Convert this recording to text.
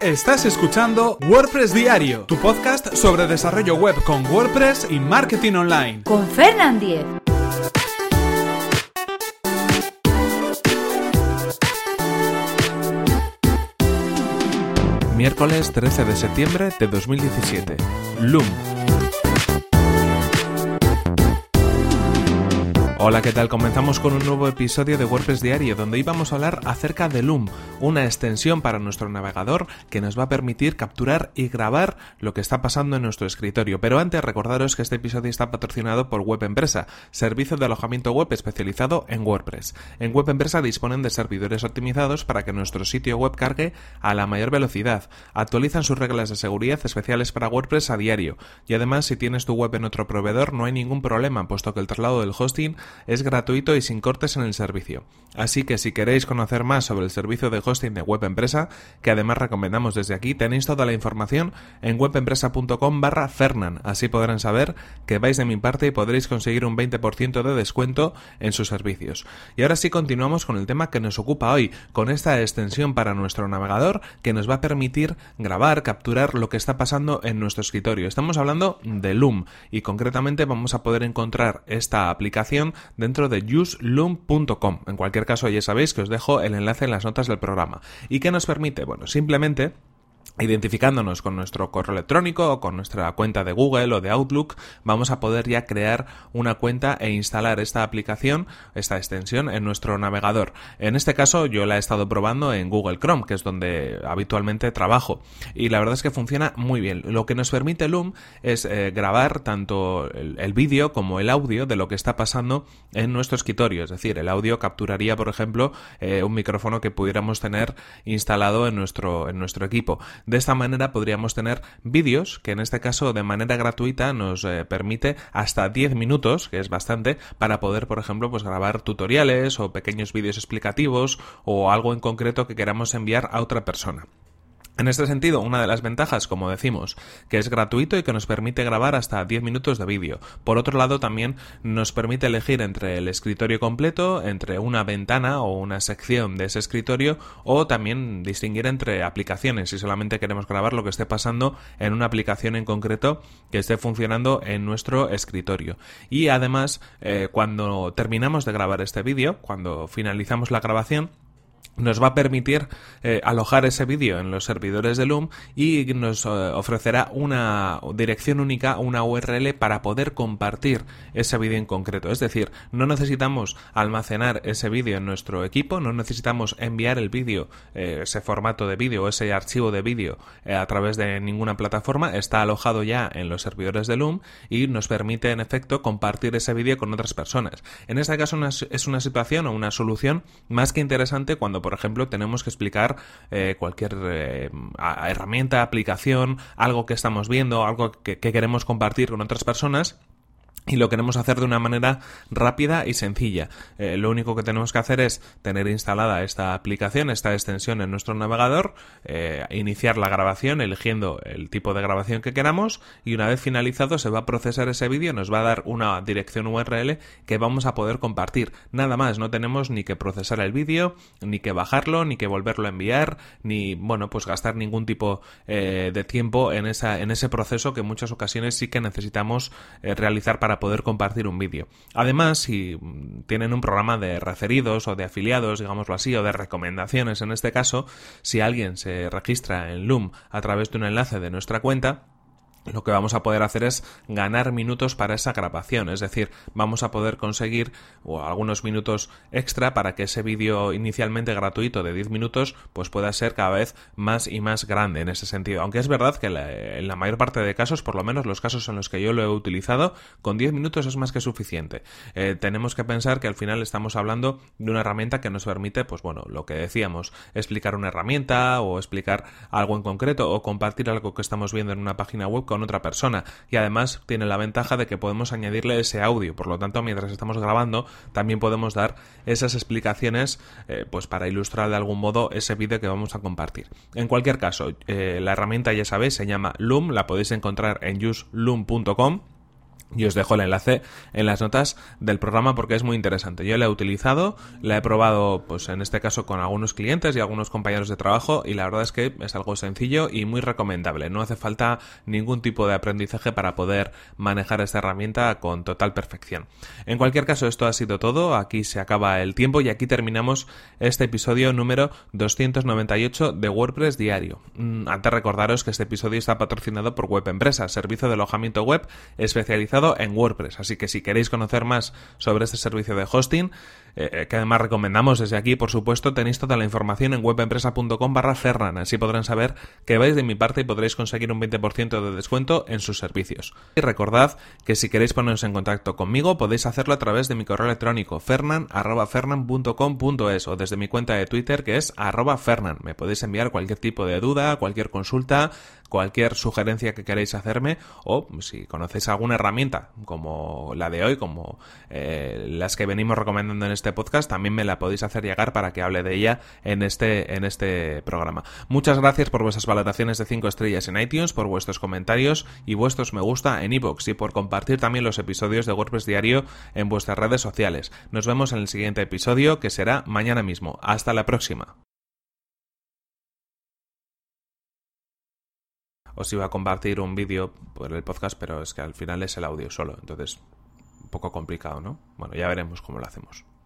Estás escuchando WordPress Diario, tu podcast sobre desarrollo web con WordPress y marketing online. Con Fernand Diez. Miércoles 13 de septiembre de 2017. Loom. Hola, ¿qué tal? Comenzamos con un nuevo episodio de WordPress Diario, donde íbamos a hablar acerca de Loom, una extensión para nuestro navegador que nos va a permitir capturar y grabar lo que está pasando en nuestro escritorio. Pero antes, recordaros que este episodio está patrocinado por Web Empresa, servicio de alojamiento web especializado en WordPress. En Web Empresa disponen de servidores optimizados para que nuestro sitio web cargue a la mayor velocidad. Actualizan sus reglas de seguridad especiales para WordPress a diario. Y además, si tienes tu web en otro proveedor, no hay ningún problema, puesto que el traslado del hosting es gratuito y sin cortes en el servicio. Así que si queréis conocer más sobre el servicio de hosting de Web Empresa, que además recomendamos desde aquí, tenéis toda la información en webempresa.com/Fernan. Así podrán saber que vais de mi parte y podréis conseguir un 20% de descuento en sus servicios. Y ahora sí, continuamos con el tema que nos ocupa hoy, con esta extensión para nuestro navegador que nos va a permitir grabar, capturar lo que está pasando en nuestro escritorio. Estamos hablando de Loom y concretamente vamos a poder encontrar esta aplicación dentro de useloom.com. En cualquier caso, ya sabéis que os dejo el enlace en las notas del programa. ¿Y qué nos permite? Bueno, simplemente identificándonos con nuestro correo electrónico o con nuestra cuenta de Google o de Outlook, vamos a poder ya crear una cuenta e instalar esta aplicación, esta extensión, en nuestro navegador. En este caso yo la he estado probando en Google Chrome, que es donde habitualmente trabajo, y la verdad es que funciona muy bien. Lo que nos permite Loom es grabar tanto el vídeo como el audio de lo que está pasando en nuestro escritorio, es decir, el audio capturaría, por ejemplo, un micrófono que pudiéramos tener instalado en nuestro equipo. De esta manera podríamos tener vídeos que en este caso de manera gratuita nos permite hasta 10 minutos, que es bastante, para poder, por ejemplo, pues grabar tutoriales o pequeños vídeos explicativos o algo en concreto que queramos enviar a otra persona. En este sentido, una de las ventajas, como decimos, que es gratuito y que nos permite grabar hasta 10 minutos de vídeo. Por otro lado, también nos permite elegir entre el escritorio completo, entre una ventana o una sección de ese escritorio, o también distinguir entre aplicaciones, si solamente queremos grabar lo que esté pasando en una aplicación en concreto que esté funcionando en nuestro escritorio. Y además, cuando terminamos de grabar este vídeo, cuando finalizamos la grabación, nos va a permitir alojar ese vídeo en los servidores de Loom y nos ofrecerá una dirección única, una URL para poder compartir ese vídeo en concreto. Es decir, no necesitamos almacenar ese vídeo en nuestro equipo, no necesitamos enviar el vídeo, ese formato de vídeo o ese archivo de vídeo a través de ninguna plataforma. Está alojado ya en los servidores de Loom y nos permite en efecto compartir ese vídeo con otras personas. En este caso es una situación o una solución más que interesante cuando, por ejemplo, tenemos que explicar cualquier herramienta, aplicación, algo que estamos viendo, algo que queremos compartir con otras personas. Y lo queremos hacer de una manera rápida y sencilla. Lo único que tenemos que hacer es tener instalada esta aplicación, esta extensión en nuestro navegador, iniciar la grabación eligiendo el tipo de grabación que queramos y una vez finalizado se va a procesar ese vídeo, nos va a dar una dirección URL que vamos a poder compartir. Nada más, no tenemos ni que procesar el vídeo, ni que bajarlo, ni que volverlo a enviar, ni pues gastar ningún tipo de tiempo en ese proceso que en muchas ocasiones sí que necesitamos realizar para poder compartir un vídeo. Además, si tienen un programa de referidos o de afiliados, digámoslo así, o de recomendaciones en este caso, si alguien se registra en Loom a través de un enlace de nuestra cuenta, lo que vamos a poder hacer es ganar minutos para esa grabación, es decir, vamos a poder conseguir algunos minutos extra para que ese vídeo inicialmente gratuito de 10 minutos pues pueda ser cada vez más y más grande en ese sentido. Aunque es verdad que en la mayor parte de casos, por lo menos los casos en los que yo lo he utilizado, con 10 minutos es más que suficiente. Tenemos que pensar que al final estamos hablando de una herramienta que nos permite, pues bueno, lo que decíamos, explicar una herramienta o explicar algo en concreto o compartir algo que estamos viendo en una página web con otra persona, y además tiene la ventaja de que podemos añadirle ese audio, por lo tanto mientras estamos grabando también podemos dar esas explicaciones pues para ilustrar de algún modo ese vídeo que vamos a compartir. En cualquier caso, la herramienta ya sabéis se llama Loom, la podéis encontrar en useloom.com Y os dejo el enlace en las notas del programa porque es muy interesante. Yo la he utilizado, la he probado pues en este caso con algunos clientes y algunos compañeros de trabajo y la verdad es que es algo sencillo y muy recomendable. No hace falta ningún tipo de aprendizaje para poder manejar esta herramienta con total perfección. En cualquier caso, esto ha sido todo. Aquí se acaba el tiempo y aquí terminamos este episodio número 298 de WordPress Diario. Antes recordaros que este episodio está patrocinado por Web Empresa, servicio de alojamiento web especializado en WordPress, así que si queréis conocer más sobre este servicio de hosting, que además recomendamos desde aquí, por supuesto, tenéis toda la información en webempresa.com/Ferran, así podrán saber que vais de mi parte y podréis conseguir un 20% de descuento en sus servicios. Y recordad que si queréis poneros en contacto conmigo, podéis hacerlo a través de mi correo electrónico fernan@fernan.com.es o desde mi cuenta de Twitter que es @fernan. Me podéis enviar cualquier tipo de duda, cualquier consulta, cualquier sugerencia que queráis hacerme o si conocéis alguna herramienta como la de hoy, como las que venimos recomendando en este podcast, también me la podéis hacer llegar para que hable de ella en este programa. Muchas gracias por vuestras valoraciones de 5 estrellas en iTunes, por vuestros comentarios y vuestros me gusta en iVoox y por compartir también los episodios de WordPress Diario en vuestras redes sociales. Nos vemos en el siguiente episodio que será mañana mismo. Hasta la próxima. Os iba a compartir un vídeo por el podcast, pero es que al final es el audio solo, entonces un poco complicado, ¿no? Bueno, ya veremos cómo lo hacemos.